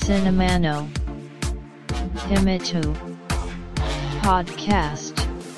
Cinemano Himitu Podcast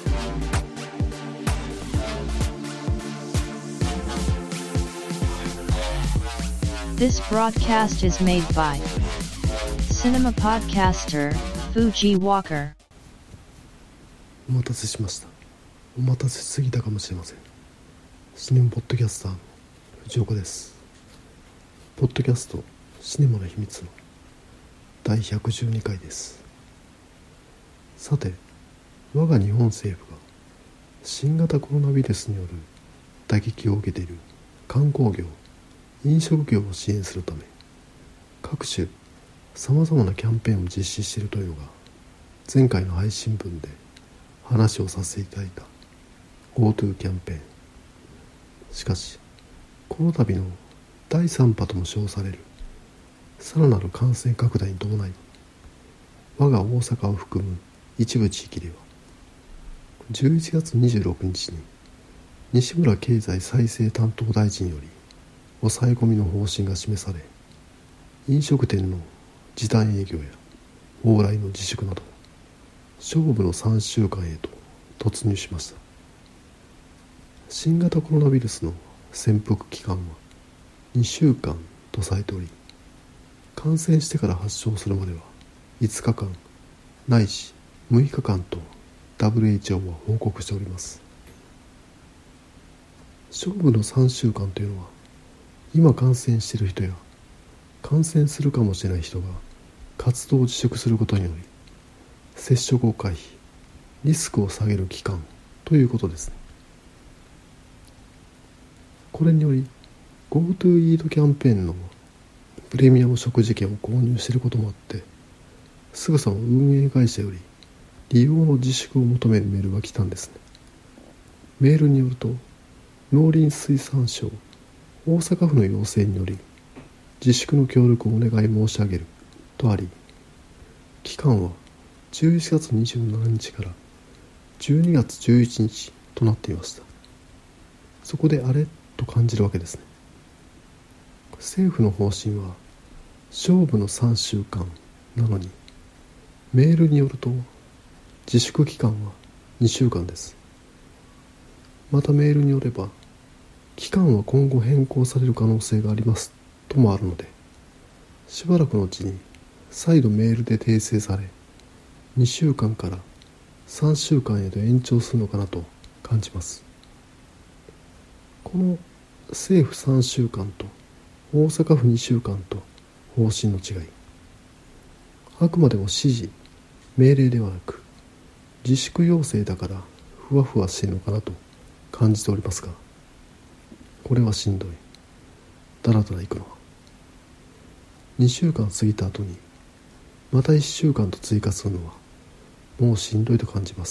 This broadcast is made by Cinema Podcaster Fuji Walker お待たせしました。お待たせしすぎたかもしれません。シネマポッドキャスターの藤岡です。ポッドキャストシネマの秘密の第112回です。さて、我が日本政府が新型コロナウイルスによる打撃を受けている観光業、飲食業を支援するため、各種さまざまなキャンペーンを実施しているというのが前回の配信分で話をさせていただいた GoTo キャンペーン。しかしこの度の第3波とも称されるさらなる感染拡大に伴い、我が大阪を含む一部地域では11月26日に西村経済再生担当大臣より抑え込みの方針が示され、飲食店の時短営業や往来の自粛など勝負の3週間へと突入しました。新型コロナウイルスの潜伏期間は2週間とされており、感染してから発症するまでは5日間ないし6日間と WHO は報告しております。勝負の3週間というのは、今感染している人や感染するかもしれない人が活動を自粛することにより接触を回避、リスクを下げる期間ということですね。これにより GoTo イートキャンペーンのプレミアム食事券を購入していることもあって、すぐさま運営会社より利用の自粛を求めるメールが来たんですね。メールによると、農林水産省大阪府の要請により自粛の協力をお願い申し上げるとあり、期間は11月27日から12月11日となっていました。そこであれと感じるわけですね。政府の方針は勝負の3週間なのに、メールによると自粛期間は2週間です。またメールによれば期間は今後変更される可能性がありますともあるので、しばらくのうちに再度メールで訂正され、2週間から3週間へと延長するのかなと感じます。この政府3週間と大阪府2週間と方針の違い、あくまでも指示、命令ではなく自粛要請だからふわふわしているのかなと感じておりますが、これはしんどい。だらだら行くのは。2週間過ぎた後にまた1週間と追加するのはもうしんどいと感じます。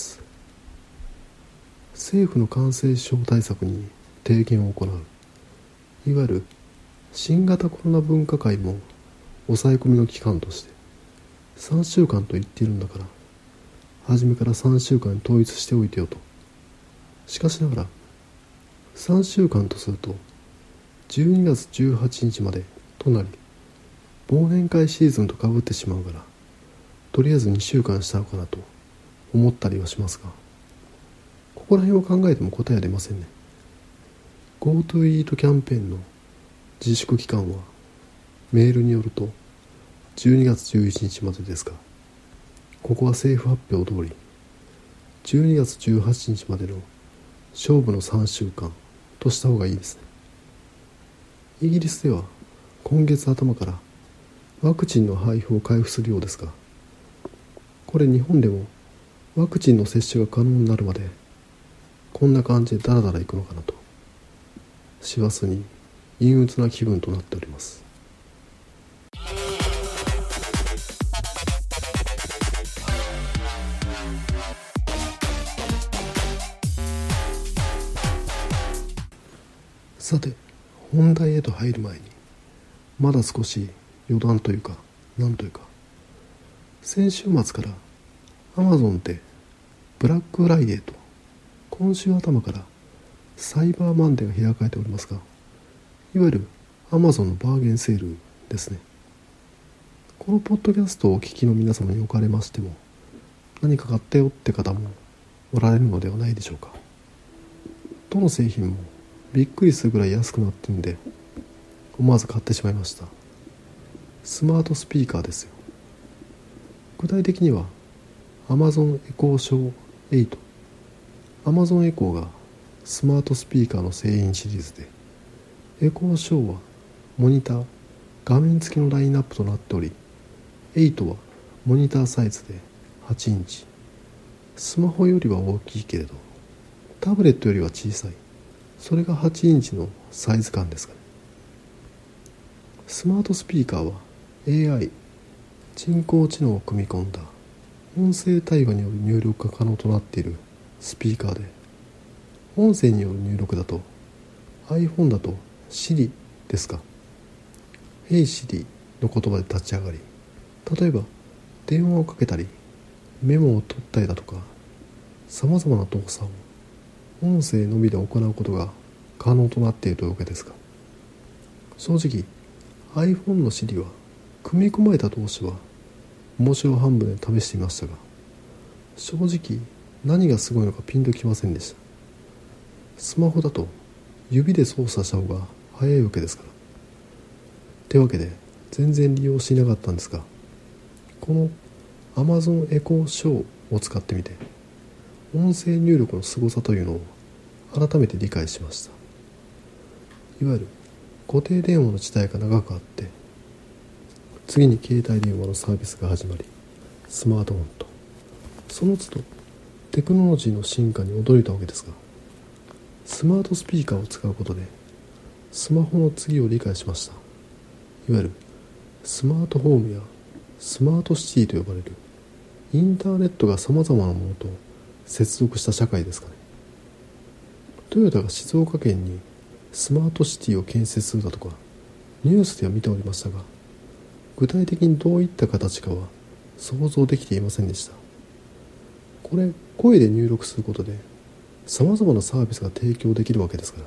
政府の感染症対策に提言を行う、いわゆる新型コロナ分科会も抑え込みの期間として3週間と言っているんだから、初めから3週間に統一しておいてよと。しかしながら3週間とすると12月18日までとなり、忘年会シーズンとかぶってしまうから、とりあえず2週間したのかなと思ったりはしますが、ここら辺を考えても答えは出ませんね。 GoTo イートキャンペーンの自粛期間はメールによると12月11日までですが、ここは政府発表通り12月18日までの勝負の3週間とした方がいいですね。イギリスでは今月頭からワクチンの配布を開始するようですが、これ日本でもワクチンの接種が可能になるまでこんな感じでダラダラいくのかなと、師走に陰鬱な気分となっております。さて、本題へと入る前にまだ少し余談というかなんというか、先週末から Amazon でブラックフライデーと今週頭からサイバーマンデーが開かれておりますが、いわゆる Amazon のバーゲンセールですね。 このポッドキャストをお聞きの皆様におかれましても、何か買ったよって方もおられるのではないでしょうか。どの製品もびっくりするぐらい安くなってるんで、思わず買ってしまいました。スマートスピーカーですよ。具体的には Amazon Echo Show 8。Amazon Echo がスマートスピーカーの製品シリーズで、Echo Show はモニター、画面付きのラインナップとなっており、8はモニターサイズで8インチ。スマホよりは大きいけれど、タブレットよりは小さい。それが8インチのサイズ感ですかね。スマートスピーカーは AI、人工知能を組み込んだ音声対話による入力が可能となっているスピーカーで、音声による入力だと iPhone だと Siri ですか。Hey Siri の言葉で立ち上がり、例えば電話をかけたりメモを取ったりだとか、さまざまな動作を音声のみで行うことが可能となっているというわけですが、正直 iPhone の Siri は組み込まれた動詞は面白半分で試していましたが、正直何がすごいのかピンときませんでした。スマホだと指で操作した方が早いわけですから。ってわけで全然利用しなかったんですが、この Amazon Echo Show を使ってみて、音声入力の凄さというのを改めて理解しました。いわゆる固定電話の時代が長くあって、次に携帯電話のサービスが始まり、スマートフォンと、その都度テクノロジーの進化に驚いたわけですが、スマートスピーカーを使うことでスマホの次を理解しました。いわゆるスマートホームやスマートシティと呼ばれるインターネットがさまざまなものと接続した社会ですかね。トヨタが静岡県にスマートシティを建設するだとかニュースでは見ておりましたが、具体的にどういった形かは想像できていませんでした。これ声で入力することでさまざまなサービスが提供できるわけですから。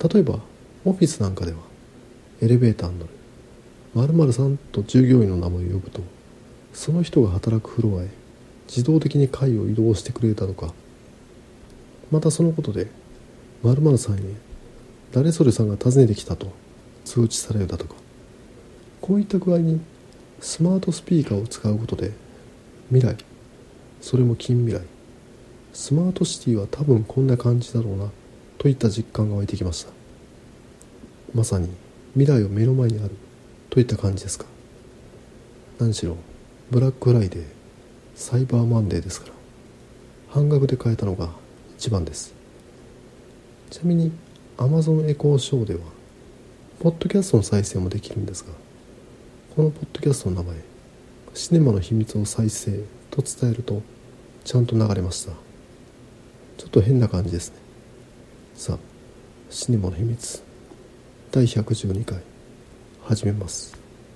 例えばオフィスなんかではエレベーターに乗る〇〇さんと従業員の名前を呼ぶと、その人が働くフロアへ自動的に階を移動してくれたとか、またそのことで〇〇さんへ誰それさんが訪ねてきたと通知されるだとか、こういった具合にスマートスピーカーを使うことで未来、それも近未来、スマートシティは多分こんな感じだろうなといった実感が湧いてきました。まさに未来を目の前にあるといった感じですか。何しろブラックフライデー、サイバーマンデーですから、半額で買えたのが一番です。ちなみに Amazon Echo Show ではポッドキャストの再生もできるんですが、このポッドキャストの名前、シネマの秘密を再生と伝えるとちゃんと流れました。ちょっと変な感じですね。さあ、シネマの秘密第112回始めます。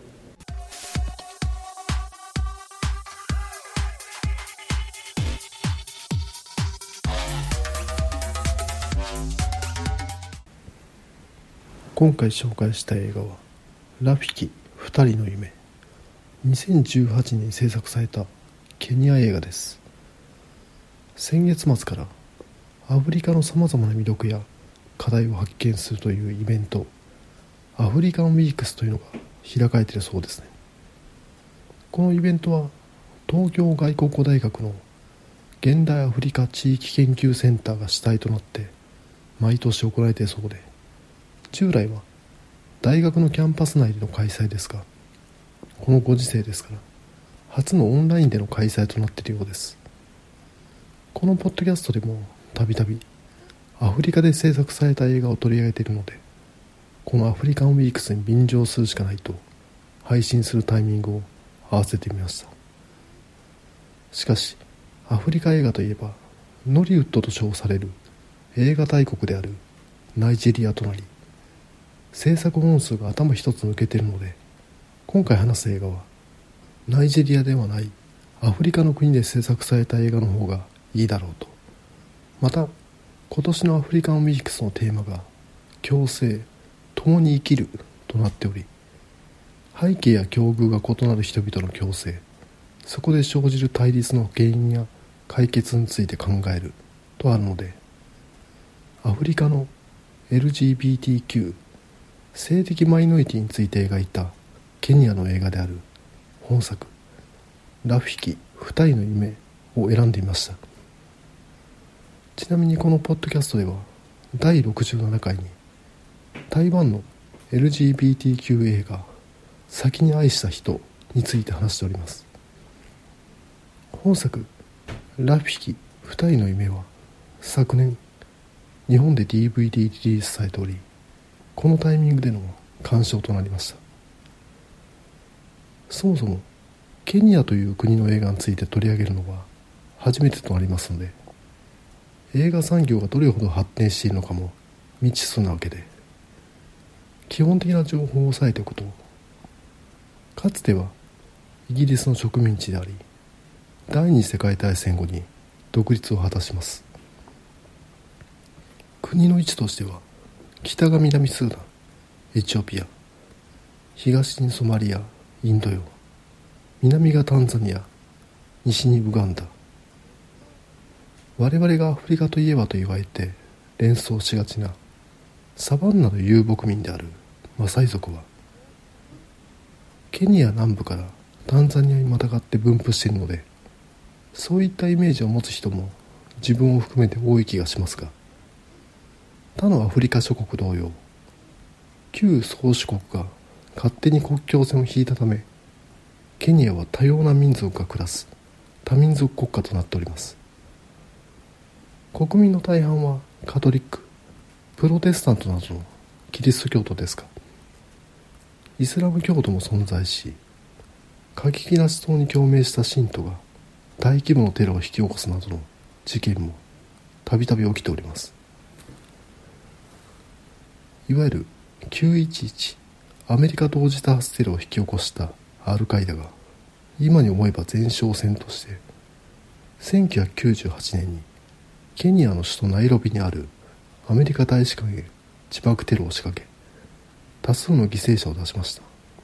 今回紹介した映画はラフィキ2人の夢。2018年に制作されたケニア映画です。先月末からアフリカのさまざまな魅力や課題を発見するというイベント、アフリカンウィークスというのが開かれているそうですね。このイベントは東京外国語大学の現代アフリカ地域研究センターが主体となって毎年行われているそうで、従来は大学のキャンパス内での開催ですが、このご時世ですから初のオンラインでの開催となっているようです。このポッドキャストでもたびたびアフリカで制作された映画を取り上げているので、このアフリカンウィークスに便乗するしかないと配信するタイミングを合わせてみました。しかしアフリカ映画といえばノリウッドと称される映画大国であるナイジェリアとなり、制作本数が頭一つ抜けているので、今回話す映画はナイジェリアではないアフリカの国で制作された映画の方がいいだろうと。また今年のアフリカンウィークスのテーマが共生、共に生きるとなっており、 背景や境遇が異なる人々の共生、そこで生じる対立の原因や解決について考えるとあるので、アフリカの LGBTQ 性的マイノリティについて描いたケニアの映画である本作ラフィキ二人の夢を選んでみました。ちなみにこのポッドキャストでは第67回に台湾の LGBTQ 映画先に愛した人について話しております。本作ラフィキ二人の夢は昨年日本で DVD リリースされており、このタイミングでの鑑賞となりました。そもそもケニアという国の映画について取り上げるのは初めてとなりますので、映画産業がどれほど発展しているのかも未知数なわけで、基本的な情報を押さえておくと、かつてはイギリスの植民地であり、第二次世界大戦後に独立を果たします。国の位置としては北が南スーダン、エチオピア、東にソマリア、インド洋、南がタンザニア、西にウガンダ。我々がアフリカといえばと言われて連想しがちなサバンナの遊牧民であるマサイ族は、ケニア南部からタンザニアにまたがって分布しているので、そういったイメージを持つ人も自分を含めて多い気がしますが、他のアフリカ諸国同様、旧宗主国が勝手に国境線を引いたため、ケニアは多様な民族が暮らす多民族国家となっております。国民の大半はカトリック、プロテスタントなどのキリスト教徒ですが、イスラム教徒も存在し、過激な思想に共鳴した信徒が大規模なテロを引き起こすなどの事件もたびたび起きております。いわゆる911アメリカ同時多発テロを引き起こしたアルカイダが、今に思えば前哨戦として1998年にケニアの首都ナイロビにあるアメリカ大使館へ自爆テロを仕掛け、多数の犠牲者を出しました。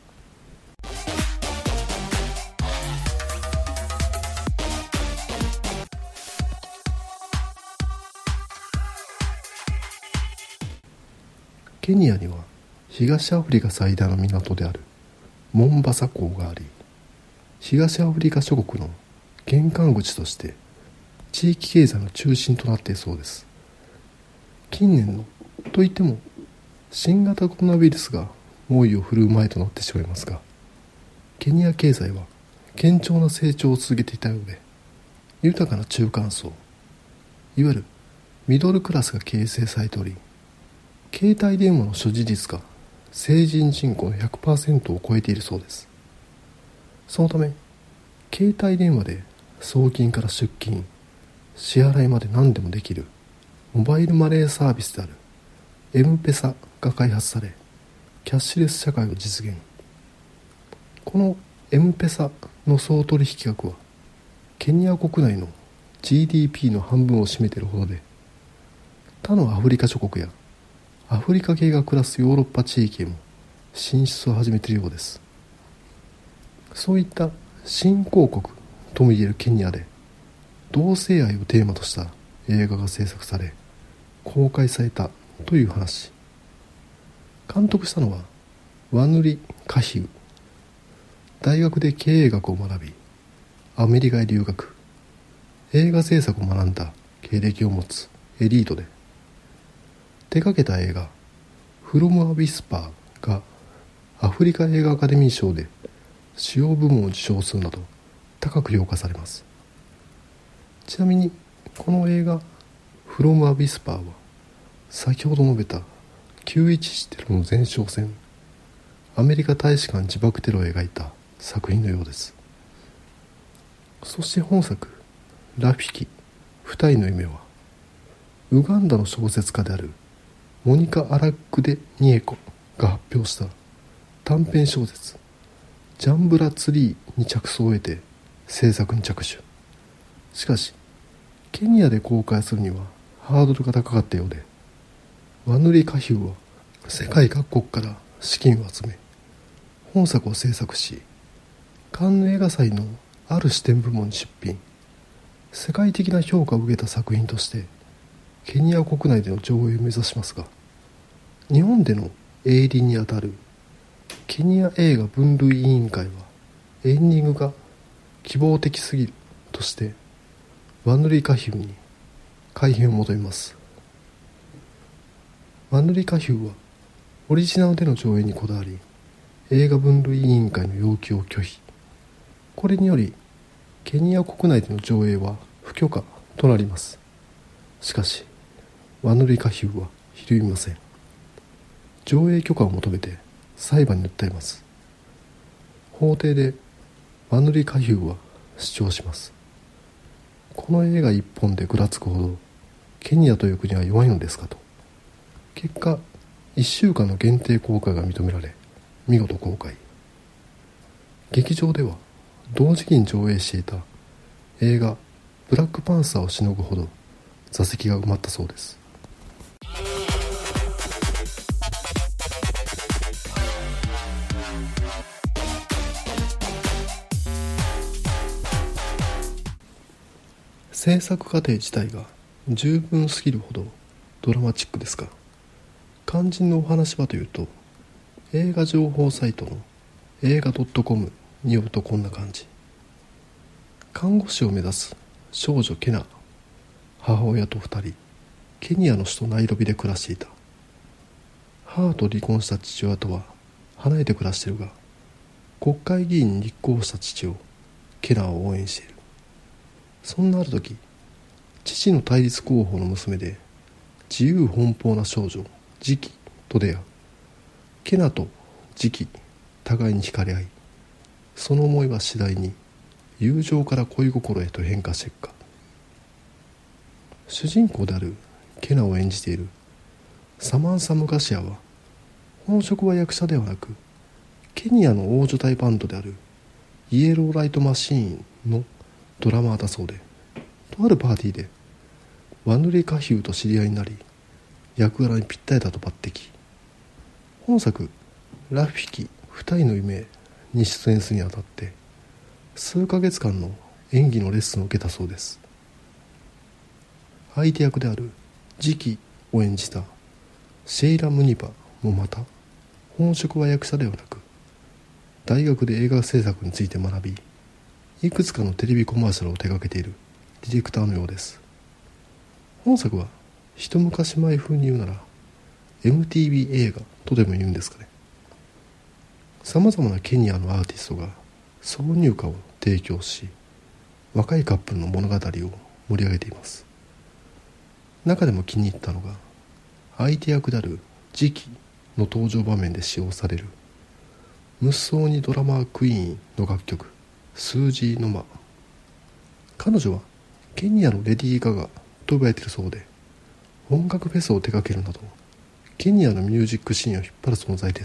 ケニアには東アフリカ最大の港であるモンバサ港があり、東アフリカ諸国の玄関口として地域経済の中心となっているそうです。近年のといっても新型コロナウイルスが猛威を振るう前となってしまいますが、ケニア経済は堅調な成長を続けていたようで、豊かな中間層、いわゆるミドルクラスが形成されており、携帯電話の所持率が成人人口の 100% を超えているそうです。そのため携帯電話で送金から出金、支払いまで何でもできるモバイルマネーサービスであるエムペサが開発され、キャッシュレス社会を実現。このエムペサの総取引額はケニア国内の GDP の半分を占めているほどで、他のアフリカ諸国やアフリカ系が暮らすヨーロッパ地域へも進出を始めているようです。そういった新興国ともいえるケニアで、同性愛をテーマとした映画が制作され公開されたという話。監督したのはワヌリ・カヒウ。大学で経営学を学び、アメリカへ留学、映画制作を学んだ経歴を持つエリートで、手掛けた映画フロム・ア・ウィスパーがアフリカ映画アカデミー賞で主要部門を受賞するなど高く評価されます。ちなみにこの映画フロム・ア・ウィスパーは、先ほど述べた911テロの前哨戦、アメリカ大使館自爆テロを描いた作品のようです。そして本作ラフィキ二人の夢は、ウガンダの小説家であるモニカ・アラックデ・ニエコが発表した短編小説ジャンブラツリーに着想を得て制作に着手。しかしケニアで公開するにはハードルが高かったようで、ワヌリ・カヒウは世界各国から資金を集め、 本作を制作し、カンヌ映画祭のある視点部門に出品。世界的な評価を受けた作品としてケニア国内での上映を目指しますが、日本での営利にあたるケニア映画分類委員会はエンディングが希望的すぎるとしてワヌリカヒューに改編を求めます。ワヌリカヒューはオリジナルでの上映にこだわり、映画分類委員会の要求を拒否。これによりケニア国内での上映は不許可となります。しかしワヌリカヒューはひるみません。上映許可を求めて裁判に訴えます。法廷でワヌリカヒューは主張します。この映画一本でぐらつくほどケニアという国は弱いのですかと。結果1週間の限定公開が認められ、見事公開。劇場では同時期に上映していた映画ブラックパンサーをしのぐほど座席が埋まったそうです。制作過程自体が十分すぎるほどドラマチックですが、肝心のお話はというと、映画情報サイトの映画 .com によるとこんな感じ。看護師を目指す少女ケナ、母親と2人ケニアの首都ナイロビで暮らしていた。母と離婚した父親とは離れて暮らしているが、国会議員に立候補した父をケナを応援している。そんなある時、父の対立候補の娘で自由奔放な少女ジキと出会う。ケナとジキ互いに惹かれ合い、その思いは次第に友情から恋心へと変化していくか。主人公であるケナを演じているサマンサ・ムガシアは、本職は役者ではなくケニアの大所帯バンドであるイエローライトマシーンのドラマーだそうで、とあるパーティーでワヌリカヒューと知り合いになり、役柄にぴったりだと抜擢。本作ラフィキ二人の夢に出演するにあたって数ヶ月間の演技のレッスンを受けたそうです。相手役であるジキを演じたシェイラ・ムニバもまた本職は役者ではなく大学で映画制作について学び、いくつかのテレビコマーシャルを手掛けているディレクターのようです。本作は一昔前風に言うなら MTV 映画とでも言うんですかね。さまざまなケニアのアーティストが挿入歌を提供し、若いカップルの物語を盛り上げています。中でも気に入ったのが相手役であるジキの登場場面で使用されるムッソーニドラマークイーンの楽曲スージーノマ。彼女はケニアのレディー・ガガと呼ばれているそうで、音楽フェスを手掛けるなどケニアのミュージックシーンを引っ張る存在です。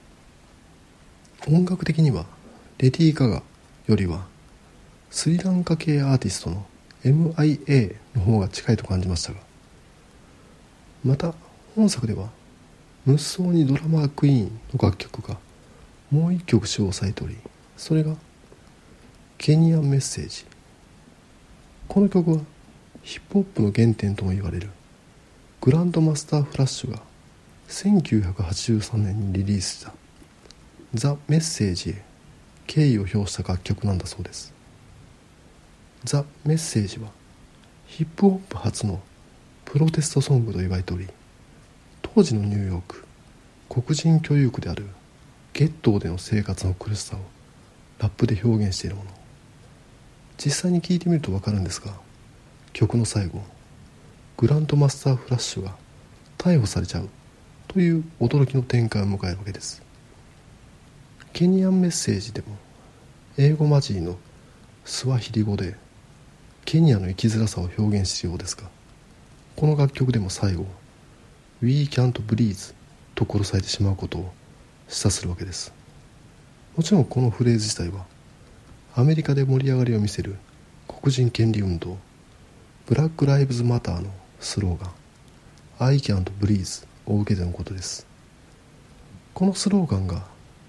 音楽的にはレディー・ガガよりはスリランカ系アーティストの MIA の方が近いと感じましたが、また本作ではムッソーニドラマークイーンの楽曲がもう一曲使用されており、それがケニアンメッセージ。この曲はヒップホップの原点とも言われるグランドマスターフラッシュが1983年にリリースしたザ・メッセージへ敬意を表した楽曲なんだそうです。ザ・メッセージはヒップホップ初のプロテストソングと言われており、当時のニューヨーク黒人居有区であるゲットーでの生活の苦しさをラップで表現しているもの。実際に聴いてみると分かるんですが、曲の最後グランドマスターフラッシュが逮捕されちゃうという驚きの展開を迎えるわけです。ケニアンメッセージでも英語マジーのスワヒリ語でケニアの生きづらさを表現しているようですが、この楽曲でも最後 We can't breathe と殺されてしまうことを示唆するわけです。もちろんこのフレーズ自体はアメリカで盛り上がりを見せる黒人権利運動ブラックライブズマターのスローガン I can't breathe を受けてのことです。このスローガンが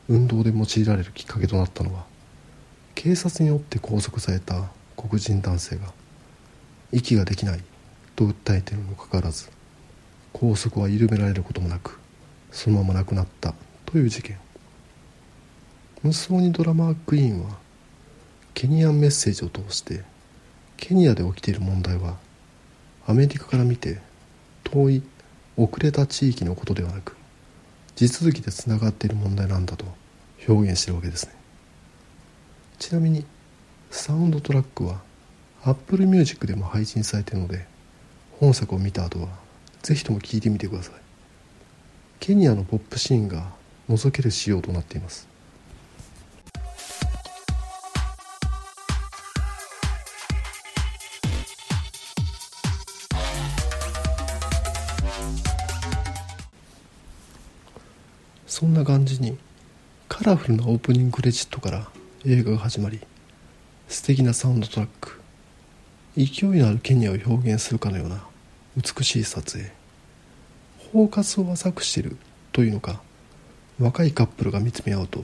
運動で用いられるきっかけとなったのは、警察によって拘束された黒人男性が息ができないと訴えているにもかかわらず、拘束は緩められることもなくそのまま亡くなったという事件。ムッソーニドラマークイーンはケニアンメッセージを通して、ケニアで起きている問題はアメリカから見て遠い遅れた地域のことではなく、地続きでつながっている問題なんだと表現しているわけですね。ちなみにサウンドトラックは Apple Music でも配信されているので、本作を見た後はぜひとも聴いてみてください。ケニアのポップシーンが覗ける仕様となっています。そんな感じにカラフルなオープニングクレジットから映画が始まり、素敵なサウンドトラック、勢いのあるケニアを表現するかのような美しい撮影、フォーカスを浅くしているというのか、若いカップルが見つめ合うと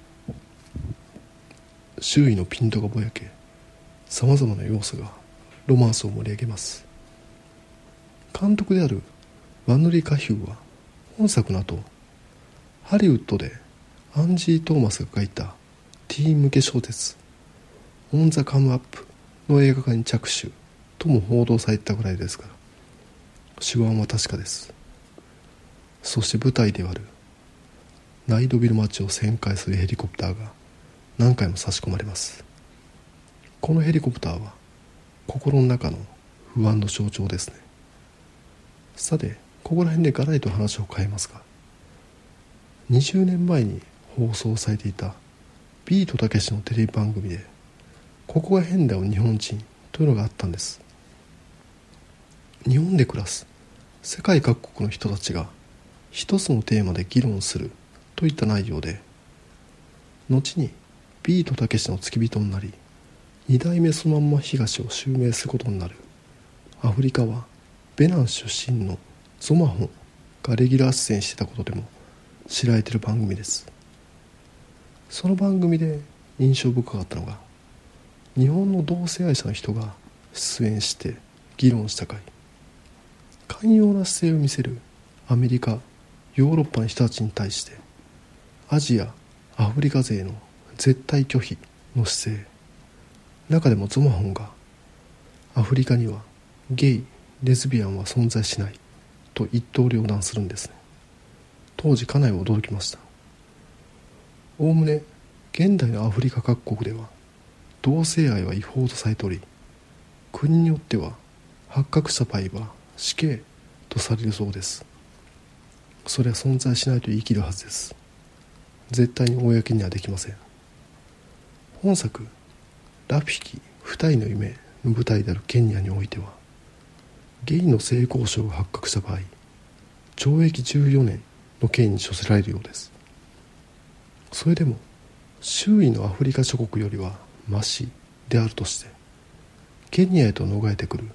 周囲のピントがぼやけ、さまざまな要素がロマンスを盛り上げます。監督であるワンヌリ・カヒューは本作の後、ハリウッドでアンジー・トーマスが書いたティーン向け小説オン・ザ・カム・アップの映画化に着手とも報道されたぐらいですから、手腕は確かです。そして舞台であるナイドビル町を旋回するヘリコプターが何回も差し込まれます。このヘリコプターは心の中の不安の象徴ですね。さて、ここら辺でガラリと話を変えますが、20年前に放送されていたビートたけしのテレビ番組で、ここが変だよ日本人というのがあったんです。日本で暮らす世界各国の人たちが一つのテーマで議論するといった内容で、後にビートたけしの付き人になり、二代目そのまんま東を襲名することになるアフリカはベナン出身のゾマホンがレギュラー出演していたことでも知られている番組です。その番組で印象深かったのが、日本の同性愛者の人が出演して議論した回、寛容な姿勢を見せるアメリカ、ヨーロッパの人たちに対して、アジア、アフリカ勢の絶対拒否の姿勢。中でもゾマホンが、アフリカにはゲイ、レズビアンは存在しないと一刀両断するんですね。当時かなり驚きました。おおむね現代のアフリカ各国では同性愛は違法とされており、国によっては発覚した場合は死刑とされるそうです。それは存在しないと言い切るはずです。絶対に公にはできません。本作ラフィキ二人の夢の舞台であるケニアにおいては、ゲイの性交渉が発覚した場合、懲役14年の刑に処せられるようです。それでも周囲のアフリカ諸国よりはマシであるとして、ケニアへと逃れてくる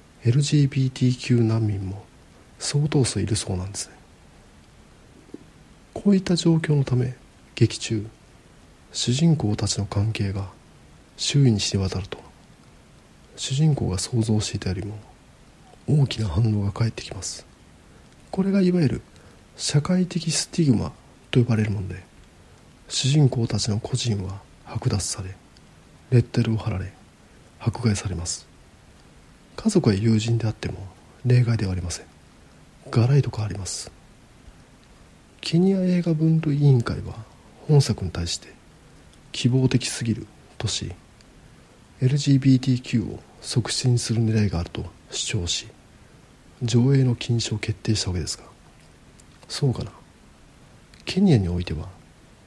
LGBTQ 難民も相当数いるそうなんですね。こういった状況のため、劇中主人公たちの関係が周囲に知れ渡ると、主人公が想像していたよりも大きな反応が返ってきます。これがいわゆる社会的スティグマと呼ばれるもので、主人公たちの個人は剥奪され、レッテルを貼られ、迫害されます。家族や友人であっても例外ではありません。ガラリと変わります。ケニア映画分類委員会は本作に対して希望的すぎるとし、LGBTQ を促進する狙いがあると主張し、上映の禁止を決定したわけですが、そうかな。ケニアにおいては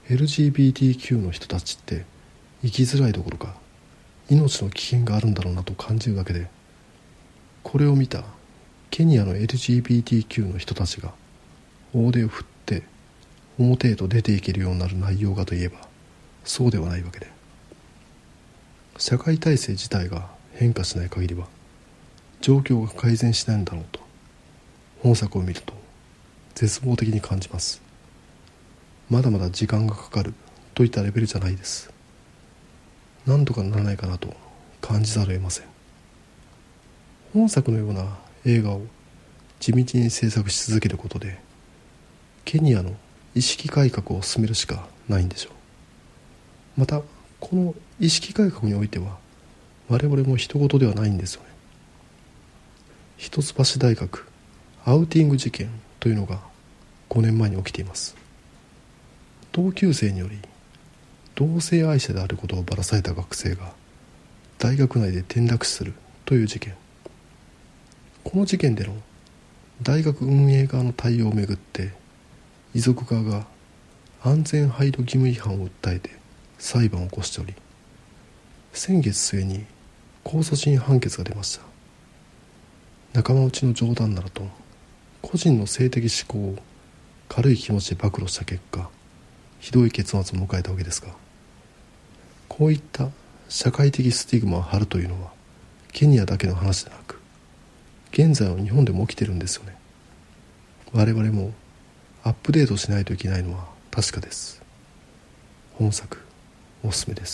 LGBTQ の人たちって生きづらいどころか命の危険があるんだろうなと感じるだけで、これを見たケニアの LGBTQ の人たちが大手を振って表へと出ていけるようになる内容かといえばそうではないわけで、社会体制自体が変化しない限りは状況が改善しないんだろうと、本作を見ると絶望的に感じます。 まだまだ時間がかかるといったレベルじゃないです。何とかならないかなと感じざるを得ません。本作のような映画を地道に制作し続けることで、ケニアの意識改革を進めるしかないんでしょう。またこの意識改革においては我々も人事ではないんですよね。一橋大学アウティング事件というのが5年前に起きています。同級生により同性愛者であることをばらされた学生が大学内で転落死するという事件。この事件での大学運営側の対応をめぐって遺族側が安全配慮義務違反を訴えて裁判を起こしており、先月末に控訴審判決が出ました。仲間内の冗談ならと個人の性的指向を軽い気持ちで暴露した結果、ひどい結末を迎えたわけですが、こういった社会的スティグマを張るというのはケニアだけの話でなく、現在の日本でも起きてるんですよね。我々もアップデートしないといけないのは確かです。本作おすすめです。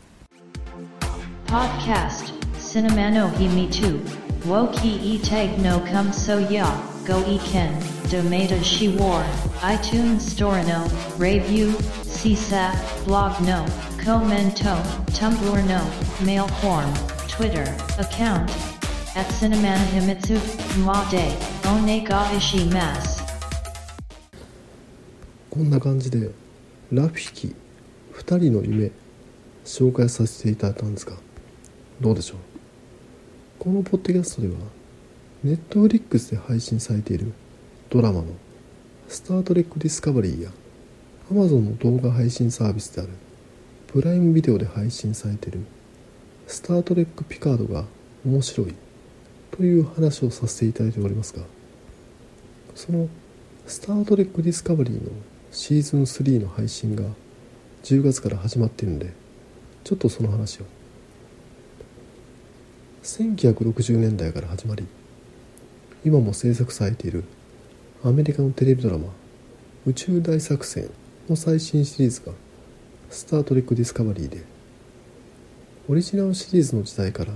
Podcast Cinema no Himi 2 Woki e tag no come so ya Go e ken Domata shi war iTunes Store no Review CSAP Blog no Commento Tumblr no Mail form Twitter account at Cinemana Himitsu Made Onega Ishimasu。 こんな感じでラフィキ2人の夢紹介させていただいたんですが、どうでしょう。このポッドキャストではネットフリックスで配信されているドラマのスタートレックディスカバリーや Amazon の動画配信サービスであるプライムビデオで配信されているスタートレックピカードが面白いという話をさせていただいておりますが、そのスタートレックディスカバリーのシーズン3の配信が10月から始まっているので、ちょっとその話を。1960年代から始まり、今も制作されているアメリカのテレビドラマ宇宙大作戦の最新シリーズがスタートレックディスカバリーで、オリジナルシリーズの時代から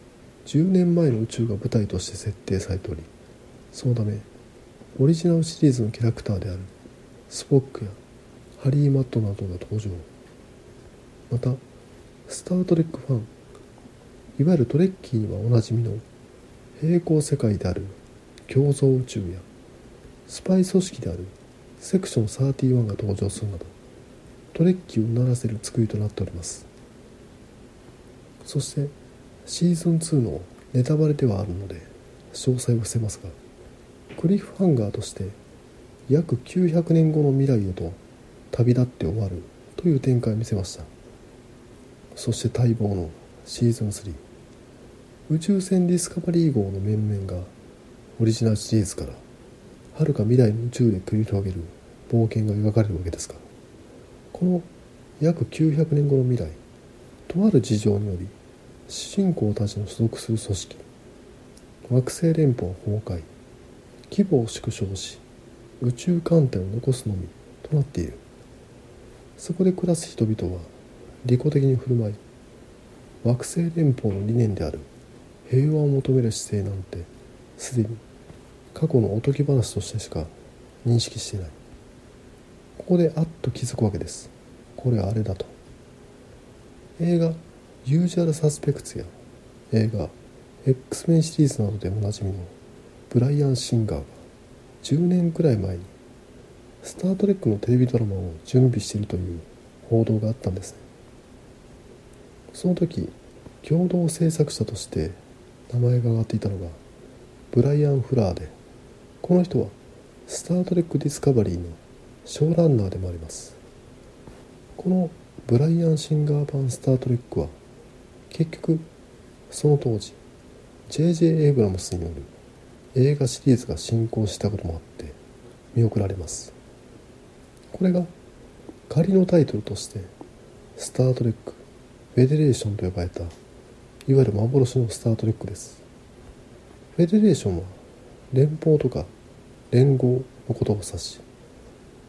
10年前の宇宙が舞台として設定されており、そのためオリジナルシリーズのキャラクターであるスポックやハリー・マッドなどが登場。またスタートレックファン、いわゆるトレッキーにはおなじみの平行世界である共造宇宙やスパイ組織であるセクション31が登場するなど、トレッキーをうならせる作りとなっております。そしてシーズン2のネタバレではあるので詳細を伏せますが、クリフハンガーとして約900年後の未来へと旅立って終わるという展開を見せました。そして待望のシーズン3、宇宙船ディスカバリー号の面々がオリジナルシリーズからはるか未来の宇宙で繰り広げる冒険が描かれるわけですが、この約900年後の未来、とある事情により主人公たちの所属する組織惑星連邦崩壊、規模を縮小し宇宙艦隊を残すのみとなっている。そこで暮らす人々は利己的に振る舞い、惑星連邦の理念である平和を求める姿勢なんてすでに過去のおとぎ話としてしか認識していない。ここであっと気づくわけです。これはあれだと。映画ユージュアルサスペクツや映画 X メンシリーズなどでおなじみのブライアン・シンガーが10年くらい前にスタートレックのテレビドラマを準備しているという報道があったんですね。その時共同制作者として名前が挙がっていたのがブライアン・フラーで、この人はスタートレックディスカバリーのショーランナーでもあります。このブライアン・シンガー版スタートレックは結局その当時 J.J. エイブラムスによる映画シリーズが進行したこともあって見送られます。これが仮のタイトルとしてスタートレックフェデレーションと呼ばれたいわゆる幻のスタートレックです。フェデレーションは連邦とか連合のことを指し、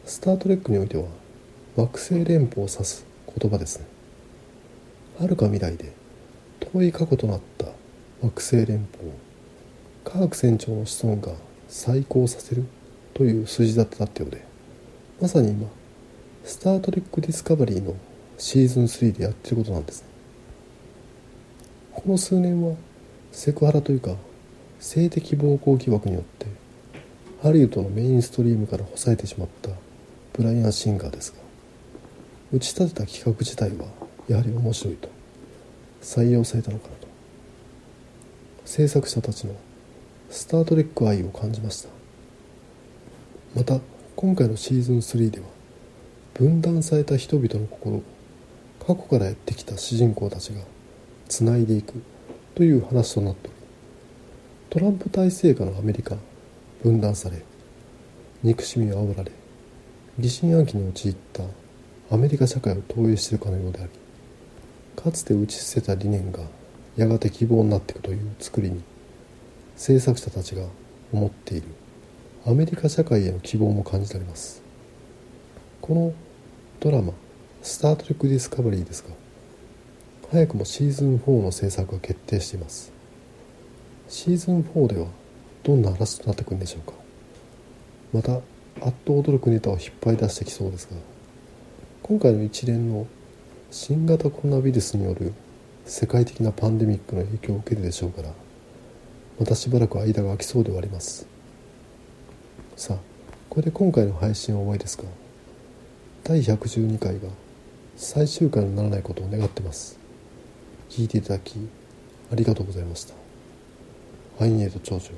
スタートレックにおいては惑星連邦を指す言葉ですね。遥か未来で遠い過去となった惑星連邦を科学船長の子孫が再興させるという筋立てだったようで、まさに今スタートレックディスカバリーのシーズン3でやってることなんですね。この数年はセクハラというか性的暴行疑惑によってハリウッドのメインストリームから干されてしまったブライアン・シンガーですが、打ち立てた企画自体はやはり面白いと採用されたのかなと、制作者たちのスタートレック愛を感じました。また今回のシーズン3では分断された人々の心を過去からやってきた主人公たちがつないでいくという話となっており、トランプ体制下のアメリカ、分断され憎しみを煽られ疑心暗鬼に陥ったアメリカ社会を投影しているかのようであり、かつて打ち捨てた理念がやがて希望になっていくという作りに、制作者たちが思っているアメリカ社会への希望も感じられます。このドラマスタートレックディスカバリーですが、早くもシーズン4の制作が決定しています。シーズン4ではどんな話となってくるんでしょうか。またあっと驚くネタを引っ張り出してきそうですが、今回の一連の新型コロナウイルスによる世界的なパンデミックの影響を受けるでしょうから、またしばらく間が空きそうではあります。さあ、これで今回の配信は終わりですが、第112回が最終回にならないことを願ってます。聞いていただきありがとうございました。ハイネート長女。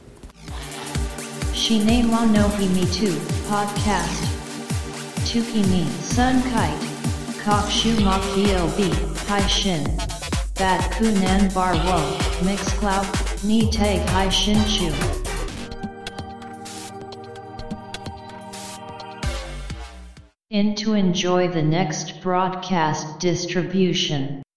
Shine wa no himi tu podcast. Tukimi sun kite. Kokshu makio b hai shin. Bat kunan bar wo mixcloud ni tag hai shin chu. In to enjoy the next broadcast distribution.